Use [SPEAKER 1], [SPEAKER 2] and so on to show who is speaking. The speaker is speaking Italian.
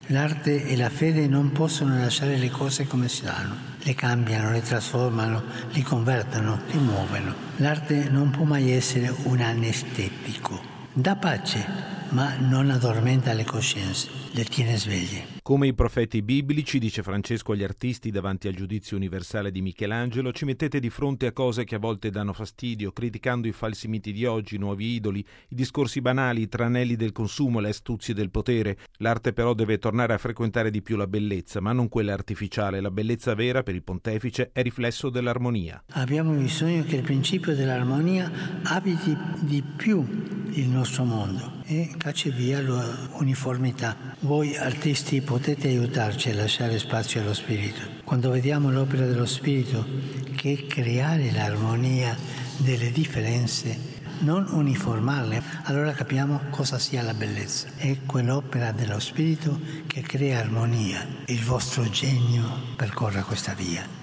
[SPEAKER 1] L'arte e la fede non possono lasciare le cose come stanno. Le cambiano, le trasformano, li convertono, li muovono. L'arte non può mai essere un anestetico. Dà pace, ma non addormenta le coscienze, le tiene sveglie.
[SPEAKER 2] Come i profeti biblici, dice Francesco agli artisti davanti al giudizio universale di Michelangelo, ci mettete di fronte a cose che a volte danno fastidio, criticando i falsi miti di oggi, i nuovi idoli, i discorsi banali, i tranelli del consumo, le astuzie del potere. L'arte però deve tornare a frequentare di più la bellezza, ma non quella artificiale. La bellezza vera, per il pontefice, è riflesso dell'armonia.
[SPEAKER 1] Abbiamo bisogno che il principio dell'armonia abiti di più il nostro mondo e cacci via l'uniformità. Voi artisti potete aiutarci a lasciare spazio allo spirito. Quando vediamo l'opera dello spirito, che è creare l'armonia delle differenze, non uniformarle, allora capiamo cosa sia la bellezza. È quell'opera dello spirito che crea armonia. Il vostro genio percorra questa via.